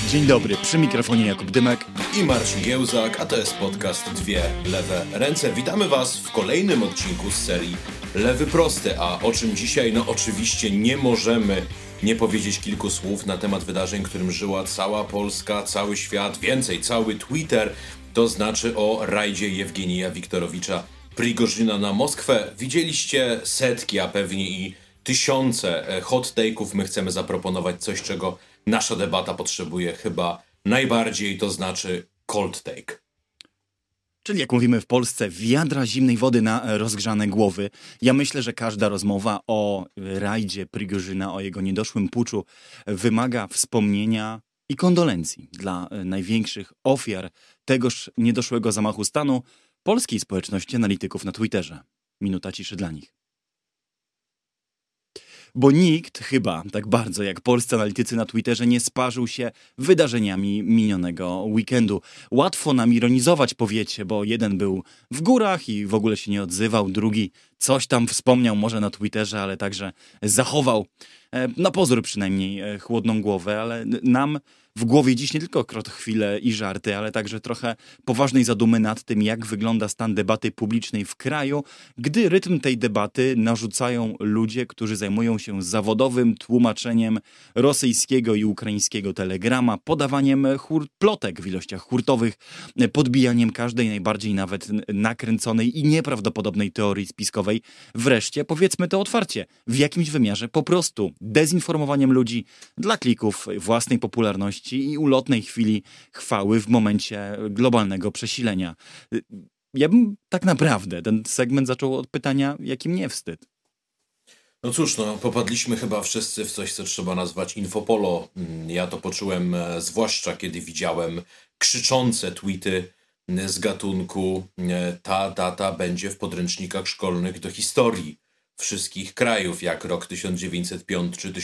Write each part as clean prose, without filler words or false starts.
Dzień dobry, przy mikrofonie Jakub Dymek i Marcin Giełzak, a to jest podcast Dwie Lewe Ręce. Witamy Was w kolejnym odcinku z serii Lewy Prosty, a o czym dzisiaj? No oczywiście nie możemy nie powiedzieć kilku słów na temat wydarzeń, którym żyła cała Polska, cały świat, więcej, cały Twitter, to znaczy o rajdzie Jewgenija Wiktorowicza Prigorzyna na Moskwę. Widzieliście setki, a pewnie i tysiące hot take'ów. My chcemy zaproponować coś, czego nasza debata potrzebuje chyba najbardziej, to znaczy cold take. Czyli jak mówimy w Polsce, wiadra zimnej wody na rozgrzane głowy. Ja myślę, że każda rozmowa o rajdzie Prigorzyna, o jego niedoszłym puczu wymaga wspomnienia i kondolencji dla największych ofiar tegoż niedoszłego zamachu stanu polskiej społeczności analityków na Twitterze. Minuta ciszy dla nich. Bo nikt chyba tak bardzo jak polscy analitycy na Twitterze nie sparzył się wydarzeniami minionego weekendu. Łatwo nam ironizować, powiecie, bo jeden był w górach i w ogóle się nie odzywał, drugi coś tam wspomniał może na Twitterze, ale także zachował, na pozór przynajmniej, chłodną głowę, ale nam w głowie dziś nie tylko krotochwile i żarty, ale także trochę poważnej zadumy nad tym, jak wygląda stan debaty publicznej w kraju, gdy rytm tej debaty narzucają ludzie, którzy zajmują się zawodowym tłumaczeniem rosyjskiego i ukraińskiego telegrama, podawaniem plotek w ilościach hurtowych, podbijaniem każdej najbardziej nawet nakręconej i nieprawdopodobnej teorii spiskowej. Wreszcie, powiedzmy to otwarcie, w jakimś wymiarze po prostu dezinformowaniem ludzi dla klików, własnej popularności i ulotnej chwili chwały w momencie globalnego przesilenia. Ja bym tak naprawdę ten segment zaczął od pytania, jaki mnie wstyd. No cóż, popadliśmy chyba wszyscy w coś, co trzeba nazwać infopolo. Ja to poczułem zwłaszcza, kiedy widziałem krzyczące tweety z gatunku ta data będzie w podręcznikach szkolnych do historii wszystkich krajów, jak rok 1905 czy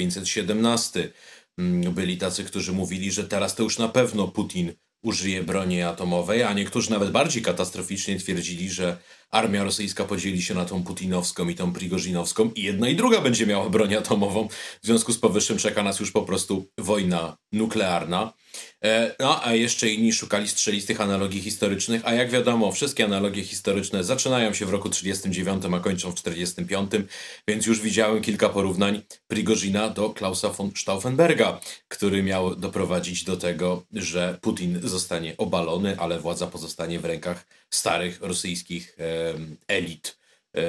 1917. Byli tacy, którzy mówili, że teraz to już na pewno Putin użyje broni atomowej, a niektórzy nawet bardziej katastroficznie twierdzili, że armia rosyjska podzieli się na tą putinowską i tą prigorzynowską i jedna i druga będzie miała broń atomową. W związku z powyższym czeka nas już po prostu wojna nuklearna. A jeszcze inni szukali strzelistych analogii historycznych, a jak wiadomo, wszystkie analogie historyczne zaczynają się w roku 1939, a kończą w 1945, więc już widziałem kilka porównań Prigorzyna do Klausa von Stauffenberga, który miał doprowadzić do tego, że Putin zostanie obalony, ale władza pozostanie w rękach starych rosyjskich elit,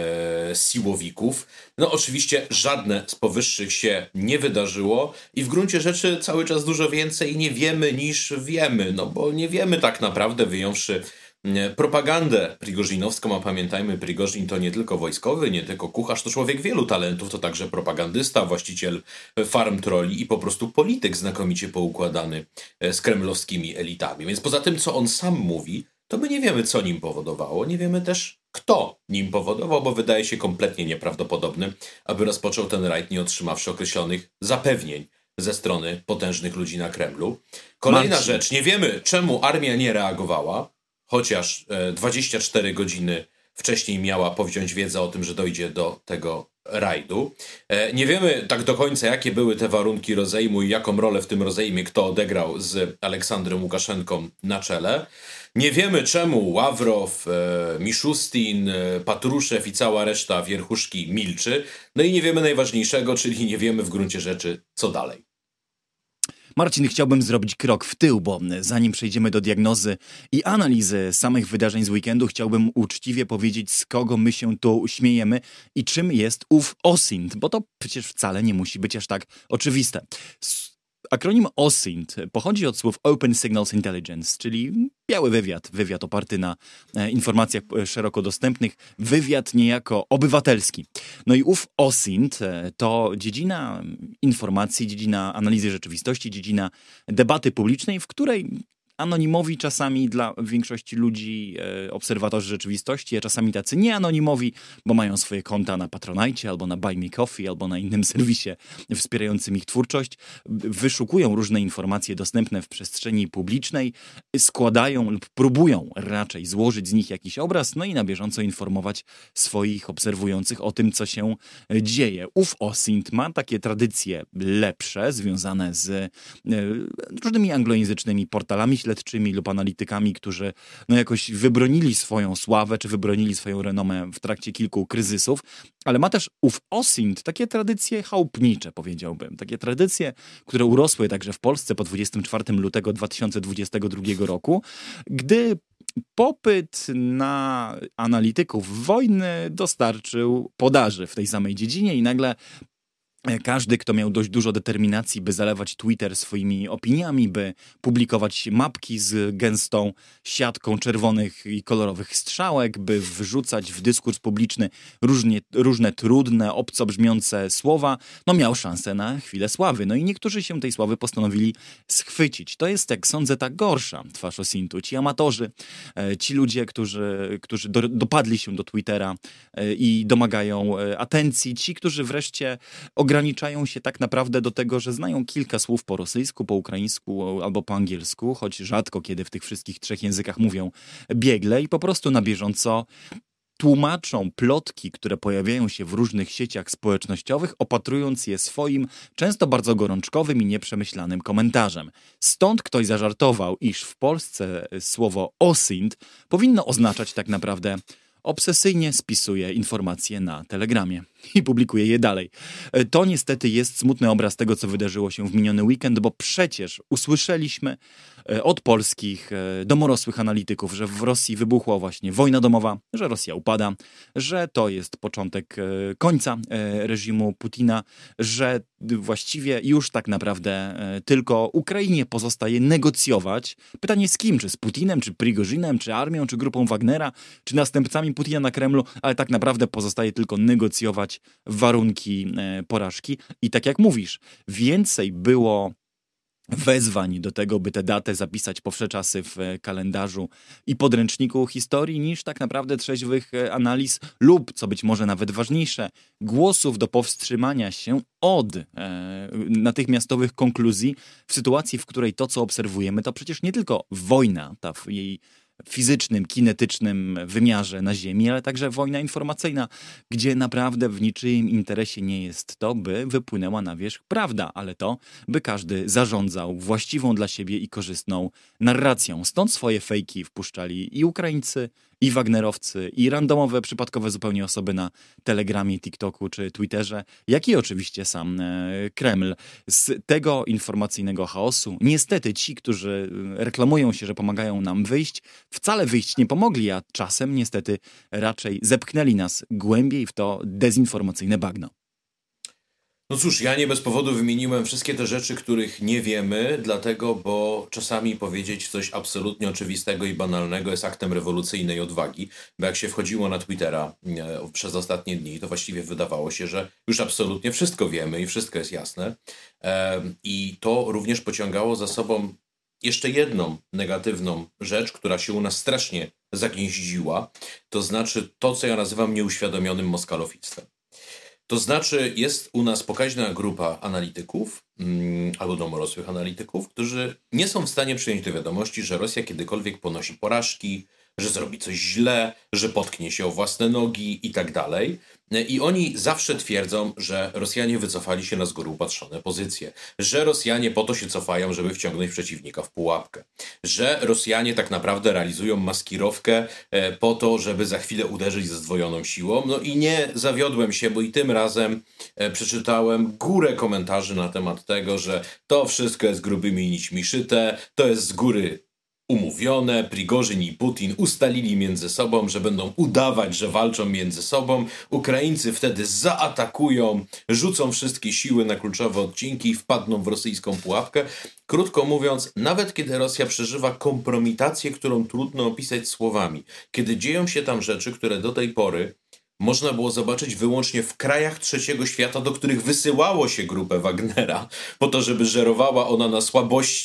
siłowików. Oczywiście żadne z powyższych się nie wydarzyło i w gruncie rzeczy cały czas dużo więcej nie wiemy niż wiemy, bo nie wiemy tak naprawdę, wyjąwszy propagandę prigorzynowską, a pamiętajmy, Prigorzyn to nie tylko wojskowy, nie tylko kucharz, to człowiek wielu talentów, to także propagandysta, właściciel farm trolli i po prostu polityk znakomicie poukładany z kremlowskimi elitami. Więc poza tym, co on sam mówi, to my nie wiemy, co nim powodowało, nie wiemy też, kto nim powodował, bo wydaje się kompletnie nieprawdopodobny, aby rozpoczął ten rajd, nie otrzymawszy określonych zapewnień ze strony potężnych ludzi na Kremlu. Kolejna rzecz, nie wiemy, czemu armia nie reagowała, chociaż 24 godziny wcześniej miała powziąć wiedzę o tym, że dojdzie do tego rajdu. Nie wiemy tak do końca, jakie były te warunki rozejmu i jaką rolę w tym rozejmie kto odegrał z Aleksandrem Łukaszenką na czele. Nie wiemy, czemu Ławrow, Miszustin, Patruszew i cała reszta wierchuszki milczy. I nie wiemy najważniejszego, czyli nie wiemy w gruncie rzeczy, co dalej. Marcin, chciałbym zrobić krok w tył, bo zanim przejdziemy do diagnozy i analizy samych wydarzeń z weekendu, chciałbym uczciwie powiedzieć, z kogo my się tu śmiejemy i czym jest ów OSINT, bo to przecież wcale nie musi być aż tak oczywiste. Akronim OSINT pochodzi od słów Open Signals Intelligence, czyli biały wywiad oparty na informacjach szeroko dostępnych, wywiad niejako obywatelski. I ów OSINT to dziedzina informacji, dziedzina analizy rzeczywistości, dziedzina debaty publicznej, w której anonimowi czasami dla większości ludzi, obserwatorzy rzeczywistości, a czasami tacy nieanonimowi, bo mają swoje konta na Patronite, albo na Buy Me Coffee, albo na innym serwisie wspierającym ich twórczość. Wyszukują różne informacje dostępne w przestrzeni publicznej, składają lub próbują raczej złożyć z nich jakiś obraz, no i na bieżąco informować swoich obserwujących o tym, co się dzieje. Ów OSINT ma takie tradycje lepsze, związane z różnymi anglojęzycznymi portalami śledczymi lub analitykami, którzy jakoś wybronili swoją sławę, czy wybronili swoją renomę w trakcie kilku kryzysów, ale ma też ów OSINT takie tradycje chałupnicze, powiedziałbym. Takie tradycje, które urosły także w Polsce po 24 lutego 2022 roku, gdy popyt na analityków wojny dostarczył podaży w tej samej dziedzinie i nagle każdy, kto miał dość dużo determinacji, by zalewać Twitter swoimi opiniami, by publikować mapki z gęstą siatką czerwonych i kolorowych strzałek, by wrzucać w dyskurs publiczny różne trudne, obco brzmiące słowa, miał szansę na chwilę sławy. No i niektórzy się tej sławy postanowili schwycić. To jest, jak sądzę, ta gorsza twarz OSINT-u. Ci amatorzy, ci ludzie, którzy dopadli się do Twittera i domagają atencji, ci, którzy wreszcie ograniczają się tak naprawdę do tego, że znają kilka słów po rosyjsku, po ukraińsku albo po angielsku, choć rzadko kiedy w tych wszystkich trzech językach mówią biegle i po prostu na bieżąco tłumaczą plotki, które pojawiają się w różnych sieciach społecznościowych, opatrując je swoim, często bardzo gorączkowym i nieprzemyślanym komentarzem. Stąd ktoś zażartował, iż w Polsce słowo OSINT powinno oznaczać tak naprawdę obsesyjnie spisuje informacje na Telegramie i publikuje je dalej. To niestety jest smutny obraz tego, co wydarzyło się w miniony weekend, bo przecież usłyszeliśmy od polskich domorosłych analityków, że w Rosji wybuchła właśnie wojna domowa, że Rosja upada, że to jest początek końca reżimu Putina, że właściwie już tak naprawdę tylko Ukrainie pozostaje negocjować. Pytanie z kim? Czy z Putinem, czy Prigozinem, czy armią, czy grupą Wagnera, czy następcami Putina na Kremlu, ale tak naprawdę pozostaje tylko negocjować warunki porażki. I tak jak mówisz, więcej było wezwań do tego, by tę datę zapisać po wsze czasy w kalendarzu i podręczniku historii, niż tak naprawdę trzeźwych analiz lub, co być może nawet ważniejsze, głosów do powstrzymania się od natychmiastowych konkluzji w sytuacji, w której to, co obserwujemy, to przecież nie tylko wojna, ta w jej fizycznym, kinetycznym wymiarze na ziemi, ale także wojna informacyjna, gdzie naprawdę w niczyim interesie nie jest to, by wypłynęła na wierzch prawda, ale to, by każdy zarządzał właściwą dla siebie i korzystną narracją. Stąd swoje fejki wpuszczali i Ukraińcy, i wagnerowcy, i randomowe, przypadkowe zupełnie osoby na Telegramie, TikToku czy Twitterze, jak i oczywiście sam Kreml. Z tego informacyjnego chaosu niestety ci, którzy reklamują się, że pomagają nam wyjść, wcale wyjść nie pomogli, a czasem niestety raczej zepchnęli nas głębiej w to dezinformacyjne bagno. No cóż, ja nie bez powodu wymieniłem wszystkie te rzeczy, których nie wiemy, dlatego, bo czasami powiedzieć coś absolutnie oczywistego i banalnego jest aktem rewolucyjnej odwagi, bo jak się wchodziło na Twittera przez ostatnie dni, to właściwie wydawało się, że już absolutnie wszystko wiemy i wszystko jest jasne. I to również pociągało za sobą jeszcze jedną negatywną rzecz, która się u nas strasznie zagnieździła, to znaczy to, co ja nazywam nieuświadomionym moskalowictwem. To znaczy jest u nas pokaźna grupa analityków, albo domorosłych analityków, którzy nie są w stanie przyjąć do wiadomości, że Rosja kiedykolwiek ponosi porażki, że zrobi coś źle, że potknie się o własne nogi i tak dalej. I oni zawsze twierdzą, że Rosjanie wycofali się na z góry upatrzone pozycje, że Rosjanie po to się cofają, żeby wciągnąć przeciwnika w pułapkę, że Rosjanie tak naprawdę realizują maskirowkę po to, żeby za chwilę uderzyć ze zdwojoną siłą. No i nie zawiodłem się, bo i tym razem przeczytałem górę komentarzy na temat tego, że to wszystko jest grubymi nićmi szyte, to jest z góry umówione, Prigorzyn i Putin ustalili między sobą, że będą udawać, że walczą między sobą. Ukraińcy wtedy zaatakują, rzucą wszystkie siły na kluczowe odcinki i wpadną w rosyjską pułapkę. Krótko mówiąc, nawet kiedy Rosja przeżywa kompromitację, którą trudno opisać słowami, kiedy dzieją się tam rzeczy, które do tej pory można było zobaczyć wyłącznie w krajach trzeciego świata, do których wysyłało się grupę Wagnera, po to, żeby żerowała ona na słabości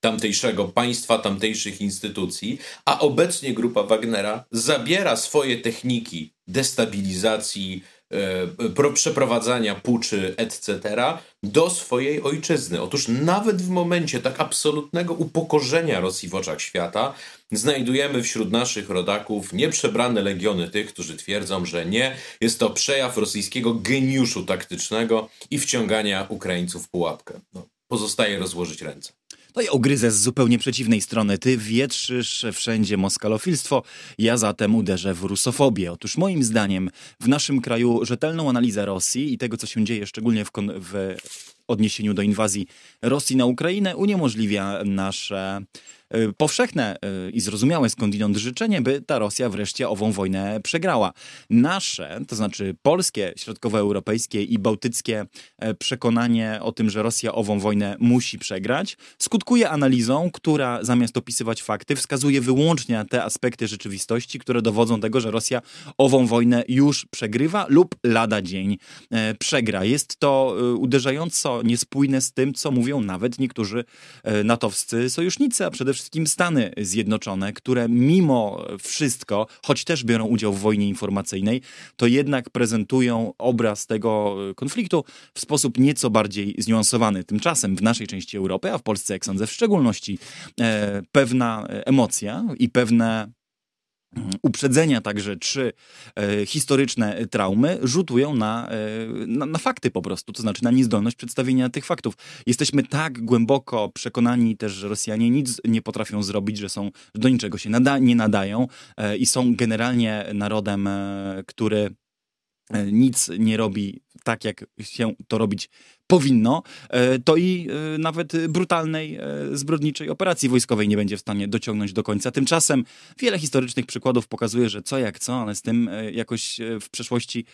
tamtejszego państwa, tamtejszych instytucji, a obecnie grupa Wagnera zabiera swoje techniki destabilizacji, przeprowadzania puczy, etc. do swojej ojczyzny. Otóż nawet w momencie tak absolutnego upokorzenia Rosji w oczach świata znajdujemy wśród naszych rodaków nieprzebrane legiony tych, którzy twierdzą, że nie, jest to przejaw rosyjskiego geniuszu taktycznego i wciągania Ukraińców w pułapkę. Pozostaje rozłożyć ręce. To ja ugryzę z zupełnie przeciwnej strony. Ty wietrzysz wszędzie moskalofilstwo, ja zatem uderzę w rusofobię. Otóż moim zdaniem w naszym kraju rzetelną analizę Rosji i tego, co się dzieje szczególnie w odniesieniu do inwazji Rosji na Ukrainę uniemożliwia nasze powszechne i zrozumiałe skądinąd życzenie, by ta Rosja wreszcie ową wojnę przegrała. Nasze, to znaczy polskie, środkowoeuropejskie i bałtyckie przekonanie o tym, że Rosja ową wojnę musi przegrać, skutkuje analizą, która zamiast opisywać fakty, wskazuje wyłącznie na te aspekty rzeczywistości, które dowodzą tego, że Rosja ową wojnę już przegrywa lub lada dzień przegra. Jest to uderzająco niespójne z tym, co mówią nawet niektórzy natowscy sojusznicy, a przede wszystkim Stany Zjednoczone, które mimo wszystko, choć też biorą udział w wojnie informacyjnej, to jednak prezentują obraz tego konfliktu w sposób nieco bardziej zniuansowany. Tymczasem w naszej części Europy, a w Polsce, jak sądzę, w szczególności pewna emocja i pewne uprzedzenia także, czy historyczne traumy rzutują na fakty po prostu, to znaczy na niezdolność przedstawienia tych faktów. Jesteśmy tak głęboko przekonani też, że Rosjanie nic nie potrafią zrobić, że do niczego się nie nadają i są generalnie narodem, który nic nie robi tak, jak się to robić powinno, to i nawet brutalnej, zbrodniczej operacji wojskowej nie będzie w stanie dociągnąć do końca. Tymczasem wiele historycznych przykładów pokazuje, że co jak co, ale z tym jakoś w przeszłości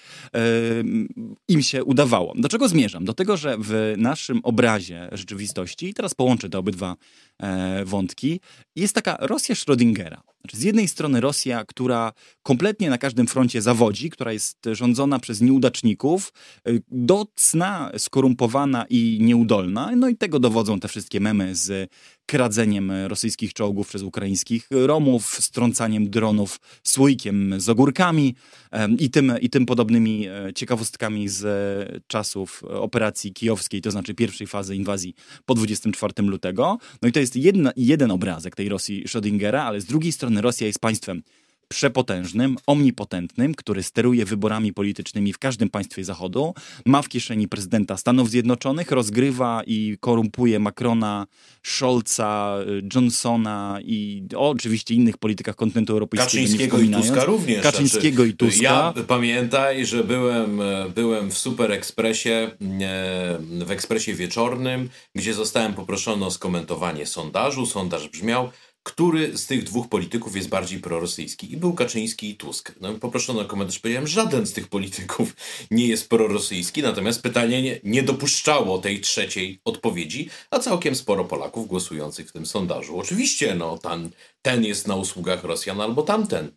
im się udawało. Do czego zmierzam? Do tego, że w naszym obrazie rzeczywistości, i teraz połączę te obydwa wątki, jest taka Rosja Schrödingera. Znaczy, z jednej strony Rosja, która kompletnie na każdym froncie zawodzi, która jest rządzona przez nieudaczników, do cna skorumpowana i nieudolna. No i tego dowodzą te wszystkie memy z kradzeniem rosyjskich czołgów przez ukraińskich Romów, strącaniem dronów słoikiem z ogórkami i tym podobnymi ciekawostkami z czasów operacji kijowskiej, to znaczy pierwszej fazy inwazji po 24 lutego. No i to jest jeden obrazek tej Rosji Schrödingera, ale z drugiej strony Rosja jest państwem przepotężnym, omnipotentnym, który steruje wyborami politycznymi w każdym państwie Zachodu, ma w kieszeni prezydenta Stanów Zjednoczonych, rozgrywa i korumpuje Macrona, Scholza, Johnsona i oczywiście innych politykach kontynentu europejskiego. Kaczyńskiego i Tuska również. Kaczyńskiego i Tuska. Ja pamiętaj, że byłem w Super Expressie, w Ekspresie Wieczornym, gdzie zostałem poproszony o skomentowanie sondażu. Sondaż brzmiał: który z tych dwóch polityków jest bardziej prorosyjski? I był Kaczyński i Tusk. No, poproszono o komentarz, powiedziałem, żaden z tych polityków nie jest prorosyjski, natomiast pytanie nie dopuszczało tej trzeciej odpowiedzi, a całkiem sporo Polaków głosujących w tym sondażu. Oczywiście, ten jest na usługach Rosjan albo tamten.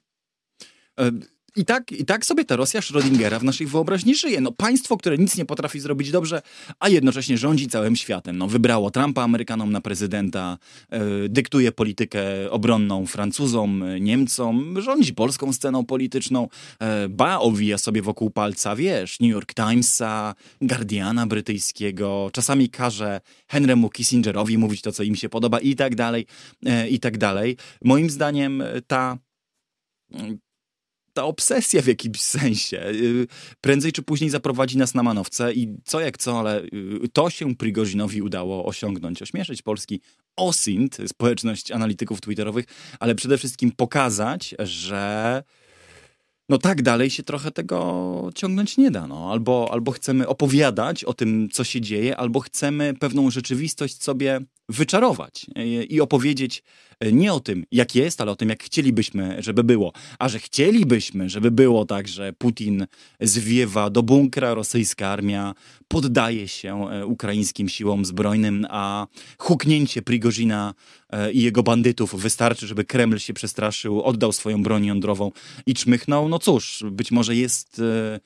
I tak sobie ta Rosja Schrödingera w naszej wyobraźni żyje. No, państwo, które nic nie potrafi zrobić dobrze, a jednocześnie rządzi całym światem. No, wybrało Trumpa Amerykanom na prezydenta, dyktuje politykę obronną Francuzom, Niemcom, rządzi polską sceną polityczną, owija sobie wokół palca, wiesz, New York Timesa, Guardiana brytyjskiego, czasami każe Henry'emu Kissingerowi mówić to, co im się podoba i tak dalej, i tak dalej. Moim zdaniem ta obsesja w jakimś sensie prędzej czy później zaprowadzi nas na manowce i co jak co, ale to się Prigozinowi udało osiągnąć. Ośmieszyć polski OSINT, społeczność analityków twitterowych, ale przede wszystkim pokazać, że no tak dalej się trochę tego ciągnąć nie da. No. Albo chcemy opowiadać o tym, co się dzieje, albo chcemy pewną rzeczywistość sobie wyczarować i opowiedzieć Nie o tym, jak jest, ale o tym, jak chcielibyśmy, żeby było. A że chcielibyśmy, żeby było tak, że Putin zwiewa do bunkra, rosyjska armia poddaje się ukraińskim siłom zbrojnym, a huknięcie Prigozina i jego bandytów wystarczy, żeby Kreml się przestraszył, oddał swoją broń jądrową i czmychnął. No cóż, być może jest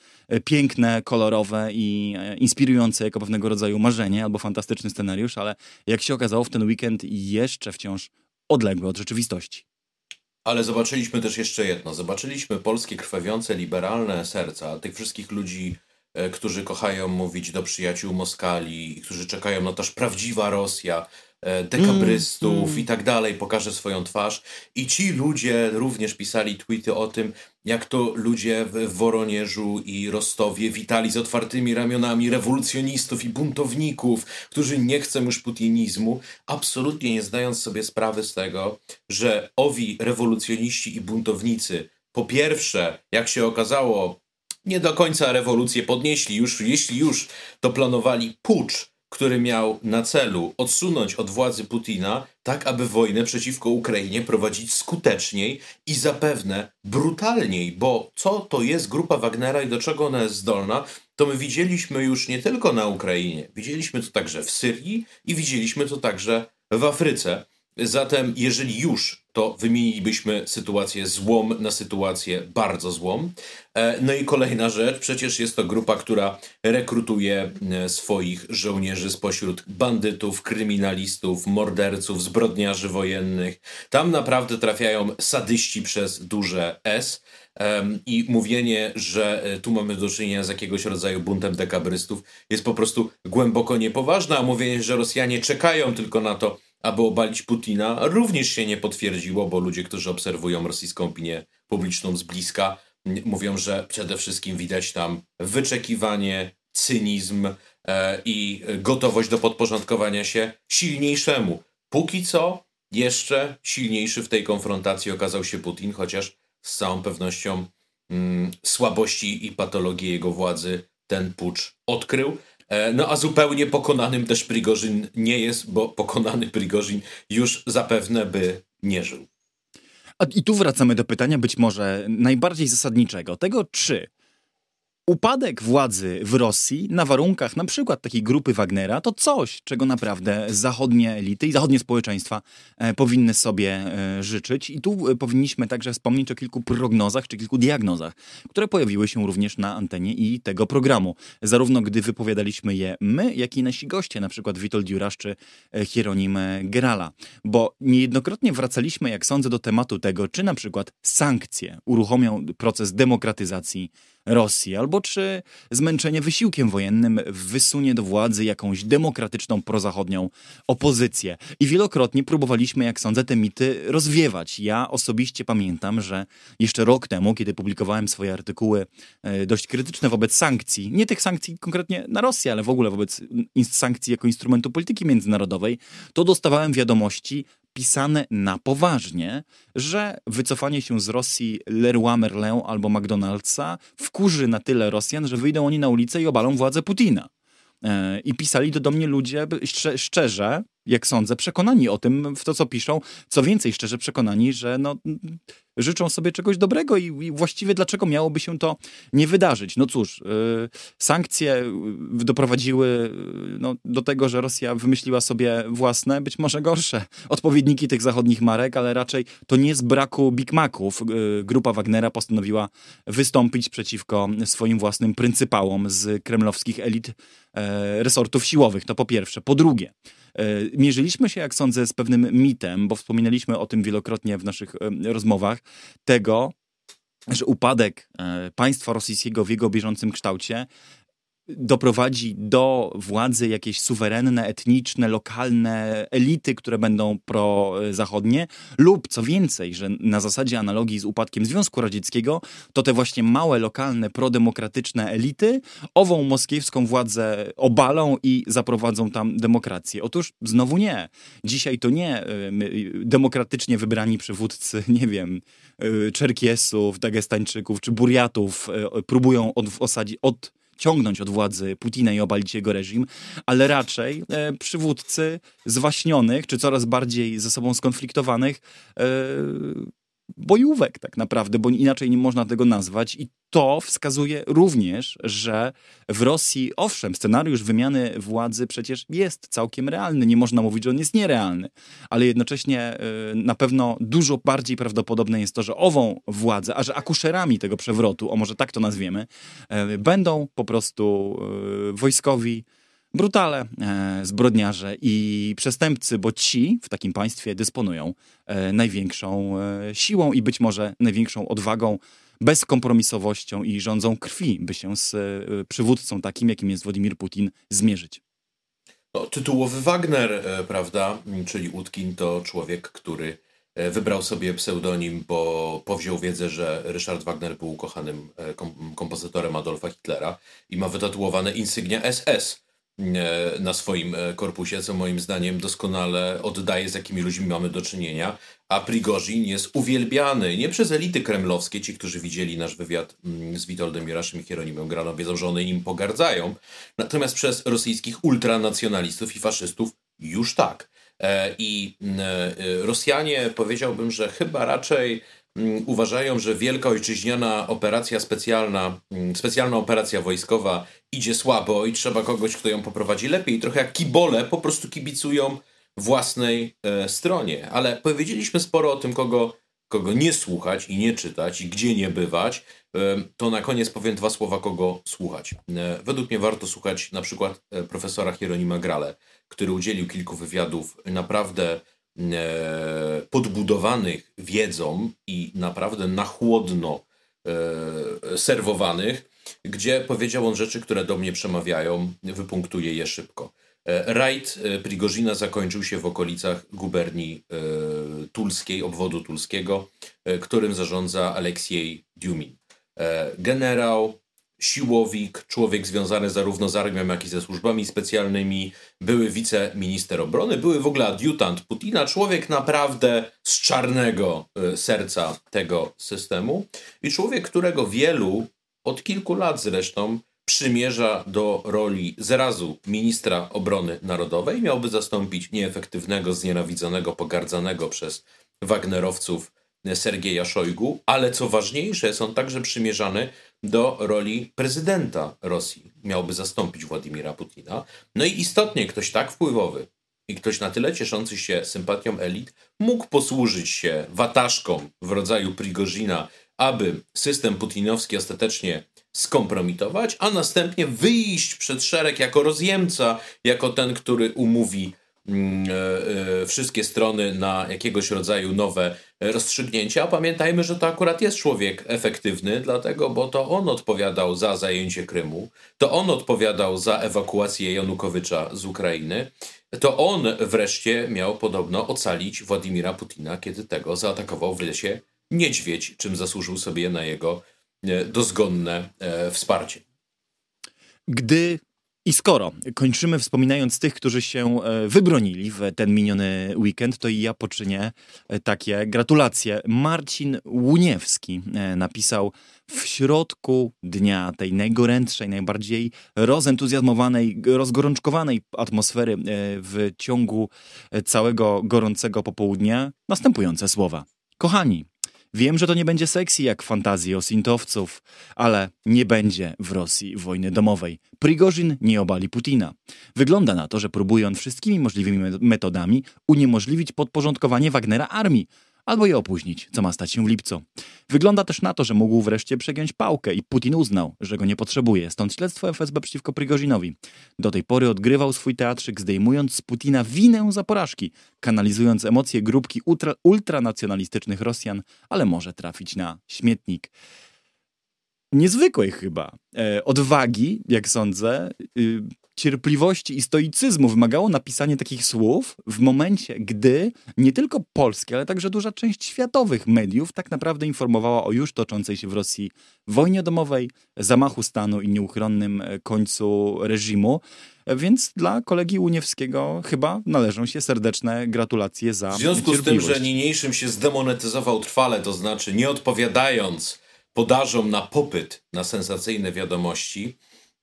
piękne, kolorowe i inspirujące jako pewnego rodzaju marzenie albo fantastyczny scenariusz, ale jak się okazało w ten weekend jeszcze wciąż odległy od rzeczywistości. Ale zobaczyliśmy też jeszcze jedno. Zobaczyliśmy polskie krwawiące, liberalne serca tych wszystkich ludzi, którzy kochają mówić do przyjaciół Moskali, którzy czekają na to, aż prawdziwa Rosja, dekabrystów i tak dalej pokaże swoją twarz. I ci ludzie również pisali tweety o tym, jak to ludzie w Woronieżu i Rostowie witali z otwartymi ramionami rewolucjonistów i buntowników, którzy nie chcą już putinizmu, absolutnie nie zdając sobie sprawy z tego, że owi rewolucjoniści i buntownicy, po pierwsze, jak się okazało, nie do końca rewolucję podnieśli, jeśli już, to planowali pucz, który miał na celu odsunąć od władzy Putina, tak aby wojnę przeciwko Ukrainie prowadzić skuteczniej i zapewne brutalniej, bo co to jest grupa Wagnera i do czego ona jest zdolna, to my widzieliśmy już nie tylko na Ukrainie, widzieliśmy to także w Syrii i widzieliśmy to także w Afryce. Zatem jeżeli już, to wymienilibyśmy sytuację złą na sytuację bardzo złą. No i kolejna rzecz, przecież jest to grupa, która rekrutuje swoich żołnierzy spośród bandytów, kryminalistów, morderców, zbrodniarzy wojennych. Tam naprawdę trafiają sadyści przez duże S. I mówienie, że tu mamy do czynienia z jakiegoś rodzaju buntem dekabrystów jest po prostu głęboko niepoważne, a mówienie, że Rosjanie czekają tylko na to, aby obalić Putina, również się nie potwierdziło, bo ludzie, którzy obserwują rosyjską opinię publiczną z bliska, mówią, że przede wszystkim widać tam wyczekiwanie, cynizm i gotowość do podporządkowania się silniejszemu. Póki co jeszcze silniejszy w tej konfrontacji okazał się Putin, chociaż z całą pewnością słabości i patologii jego władzy ten pucz odkrył. No a zupełnie pokonanym też Prigorzyn nie jest, bo pokonany Prigorzyn już zapewne by nie żył. I tu wracamy do pytania być może najbardziej zasadniczego, tego czy upadek władzy w Rosji na warunkach na przykład takiej grupy Wagnera to coś, czego naprawdę zachodnie elity i zachodnie społeczeństwa powinny sobie życzyć. I tu powinniśmy także wspomnieć o kilku prognozach czy kilku diagnozach, które pojawiły się również na antenie i tego programu. Zarówno gdy wypowiadaliśmy je my, jak i nasi goście, na przykład Witold Jurasz czy Hieronim Grala. Bo niejednokrotnie wracaliśmy, jak sądzę, do tematu tego, czy na przykład sankcje uruchomią proces demokratyzacji Rosji, albo czy zmęczenie wysiłkiem wojennym wysunie do władzy jakąś demokratyczną, prozachodnią opozycję. I wielokrotnie próbowaliśmy, jak sądzę, te mity rozwiewać. Ja osobiście pamiętam, że jeszcze rok temu, kiedy publikowałem swoje artykuły dość krytyczne wobec sankcji, nie tych sankcji konkretnie na Rosję, ale w ogóle wobec sankcji jako instrumentu polityki międzynarodowej, to dostawałem wiadomości pisane na poważnie, że wycofanie się z Rosji Leroy Merlin albo McDonald'sa wkurzy na tyle Rosjan, że wyjdą oni na ulicę i obalą władzę Putina. I pisali to do mnie ludzie szczerze, jak sądzę, przekonani o tym, w to co piszą. Co więcej, szczerze przekonani, że życzą sobie czegoś dobrego i właściwie dlaczego miałoby się to nie wydarzyć? No cóż, sankcje doprowadziły do tego, że Rosja wymyśliła sobie własne, być może gorsze odpowiedniki tych zachodnich marek, ale raczej to nie z braku Big Maców. Grupa Wagnera postanowiła wystąpić przeciwko swoim własnym pryncypałom z kremlowskich elit resortów siłowych. To po pierwsze. Po drugie, mierzyliśmy się, jak sądzę, z pewnym mitem, bo wspominaliśmy o tym wielokrotnie w naszych rozmowach, tego, że upadek państwa rosyjskiego w jego bieżącym kształcie doprowadzi do władzy jakieś suwerenne, etniczne, lokalne elity, które będą prozachodnie, lub co więcej, że na zasadzie analogii z upadkiem Związku Radzieckiego, to te właśnie małe, lokalne, prodemokratyczne elity ową moskiewską władzę obalą i zaprowadzą tam demokrację. Otóż znowu nie. Dzisiaj to nie demokratycznie wybrani przywódcy, nie wiem, Czerkiesów, Dagestańczyków czy Burjatów próbują ciągnąć od władzy Putina i obalić jego reżim, ale raczej przywódcy zwaśnionych, czy coraz bardziej ze sobą skonfliktowanych bojówek tak naprawdę, bo inaczej nie można tego nazwać i to wskazuje również, że w Rosji, owszem, scenariusz wymiany władzy przecież jest całkiem realny, nie można mówić, że on jest nierealny, ale jednocześnie na pewno dużo bardziej prawdopodobne jest to, że ową władzę, a że akuszerami tego przewrotu, o może tak to nazwiemy, będą po prostu wojskowi, brutale, zbrodniarze i przestępcy, bo ci w takim państwie dysponują największą siłą i być może największą odwagą, bezkompromisowością i rządzą krwi, by się z przywódcą takim, jakim jest Władimir Putin, zmierzyć. No, tytułowy Wagner, prawda, czyli Utkin, to człowiek, który wybrał sobie pseudonim, bo powziął wiedzę, że Ryszard Wagner był ukochanym kompozytorem Adolfa Hitlera i ma wytatuowane insygnia SS na swoim korpusie, co moim zdaniem doskonale oddaje, z jakimi ludźmi mamy do czynienia. A Prigorzin jest uwielbiany nie przez elity kremlowskie, ci, którzy widzieli nasz wywiad z Witoldem Juraszem i Hieronimem Graną, wiedzą, że one nim pogardzają, natomiast przez rosyjskich ultranacjonalistów i faszystów już tak. I Rosjanie, powiedziałbym, że chyba raczej uważają, że wielka ojczyźniana operacja specjalna operacja wojskowa idzie słabo i trzeba kogoś, kto ją poprowadzi lepiej. Trochę jak kibole po prostu kibicują własnej stronie. Ale powiedzieliśmy sporo o tym, kogo nie słuchać i nie czytać i gdzie nie bywać. To na koniec powiem dwa słowa, kogo słuchać. Według mnie warto słuchać na przykład profesora Hieronima Grale, który udzielił kilku wywiadów naprawdę podbudowanych wiedzą i naprawdę na chłodno serwowanych, gdzie powiedział on rzeczy, które do mnie przemawiają, wypunktuję je szybko. Rajd Prigorzina zakończył się w okolicach guberni tulskiej, obwodu tulskiego, którym zarządza Aleksiej Diumin. Generał, siłowik, człowiek związany zarówno z armią, jak i ze służbami specjalnymi, były wiceminister obrony, były w ogóle adiutant Putina, człowiek naprawdę z czarnego serca tego systemu i człowiek, którego wielu, od kilku lat zresztą, przymierza do roli zrazu ministra obrony narodowej, miałby zastąpić nieefektywnego, znienawidzonego, pogardzanego przez wagnerowców Sergieja Szojgu, ale co ważniejsze, jest on także przymierzany do roli prezydenta Rosji. Miałby zastąpić Władimira Putina. No i istotnie ktoś tak wpływowy i ktoś na tyle cieszący się sympatią elit mógł posłużyć się wataszkom w rodzaju Prigorzina, aby system putinowski ostatecznie skompromitować, a następnie wyjść przed szereg jako rozjemca, jako ten, który umówi wszystkie strony na jakiegoś rodzaju nowe rozstrzygnięcia. A pamiętajmy, że to akurat jest człowiek efektywny, dlatego, bo to on odpowiadał za zajęcie Krymu, to on odpowiadał za ewakuację Janukowycza z Ukrainy, to on wreszcie miał podobno ocalić Władimira Putina, kiedy tego zaatakował w lesie niedźwiedź, czym zasłużył sobie na jego dozgonne wsparcie. Gdy i skoro kończymy wspominając tych, którzy się wybronili w ten miniony weekend, to i ja poczynię takie gratulacje. Marcin Łuniewski napisał w środku dnia tej najgorętszej, najbardziej rozentuzjazmowanej, rozgorączkowanej atmosfery w ciągu całego gorącego popołudnia następujące słowa. Kochani, wiem, że to nie będzie sexy jak fantazji osintowców, ale nie będzie w Rosji wojny domowej. Prigorzin nie obali Putina. Wygląda na to, że próbuje on wszystkimi możliwymi metodami uniemożliwić podporządkowanie Wagnera armii, albo je opóźnić, co ma stać się w lipcu. Wygląda też na to, że mógł wreszcie przegiąć pałkę i Putin uznał, że go nie potrzebuje, stąd śledztwo FSB przeciwko Prigorzinowi. Do tej pory odgrywał swój teatrzyk, zdejmując z Putina winę za porażki, kanalizując emocje grupki ultranacjonalistycznych Rosjan, ale może trafić na śmietnik. Niezwykłej chyba odwagi, jak sądzę, cierpliwości i stoicyzmu wymagało napisanie takich słów w momencie, gdy nie tylko polskie, ale także duża część światowych mediów tak naprawdę informowała o już toczącej się w Rosji wojnie domowej, zamachu stanu i nieuchronnym końcu reżimu. Więc dla kolegi Łuniewskiego chyba należą się serdeczne gratulacje za cierpliwość. W związku z tym, że niniejszym się zdemonetyzował trwale, to znaczy nie odpowiadając podażom na popyt na sensacyjne wiadomości,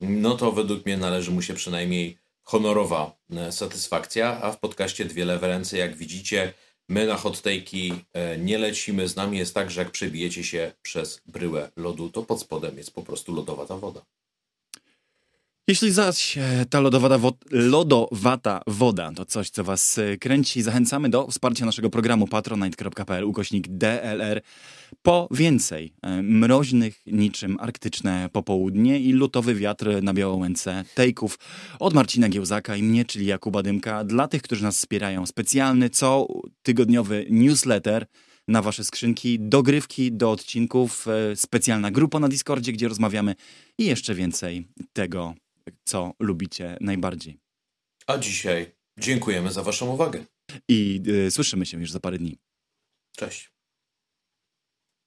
no to według mnie należy mu się przynajmniej honorowa satysfakcja, a w podcaście Dwie lewe ręce, jak widzicie, my na hot take'i nie lecimy. Z nami jest tak, że jak przebijecie się przez bryłę lodu, to pod spodem jest po prostu lodowata woda. Jeśli zaś ta lodowata woda to coś, co was kręci, zachęcamy do wsparcia naszego programu patronite.pl/DLR po więcej mroźnych niczym arktyczne popołudnie i lutowy wiatr na Białołęce take'ów od Marcina Giełzaka i mnie, czyli Jakuba Dymka. Dla tych, którzy nas wspierają, specjalny cotygodniowy newsletter na wasze skrzynki, dogrywki do odcinków, specjalna grupa na Discordzie, gdzie rozmawiamy i jeszcze więcej tego, co lubicie najbardziej. A dzisiaj dziękujemy za waszą uwagę. I słyszymy się już za parę dni. Cześć.